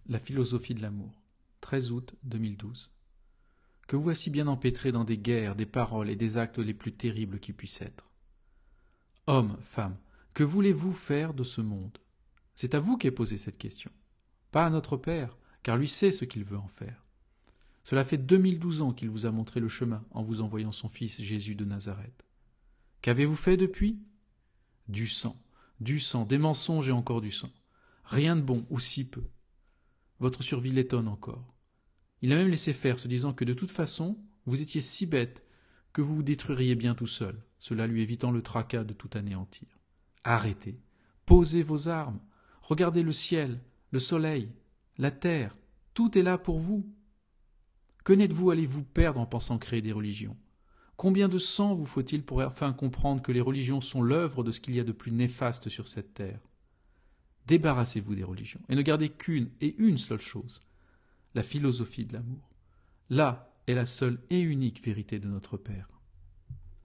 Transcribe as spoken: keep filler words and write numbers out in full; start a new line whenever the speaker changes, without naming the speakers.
La philosophie de l'amour. treize août deux mille douze. Que vous voici bien empêtré dans des guerres, des paroles et des actes les plus terribles qui puissent être. Hommes, femmes, que voulez-vous faire de ce monde? C'est à vous qu'est posée cette question. Pas à notre Père, car lui sait ce qu'il veut en faire. Cela fait deux mille douze ans qu'il vous a montré le chemin en vous envoyant son Fils Jésus de Nazareth. Qu'avez-vous fait depuis? Du sang, du sang, des mensonges et encore du sang. Rien de bon, ou si peu. Votre survie l'étonne encore. Il a même laissé faire, se disant que de toute façon, vous étiez si bête que vous vous détruiriez bien tout seul, cela lui évitant le tracas de tout anéantir. Arrêtez, posez vos armes, regardez le ciel, le soleil, la terre, tout est là pour vous. Que n'êtes-vous allé vous perdre en pensant créer des religions? Combien de sang vous faut-il pour enfin comprendre que les religions sont l'œuvre de ce qu'il y a de plus néfaste sur cette terre? Débarrassez-vous des religions et ne gardez qu'une et une seule chose, la philosophie de l'amour. Là est la seule et unique vérité de notre Père.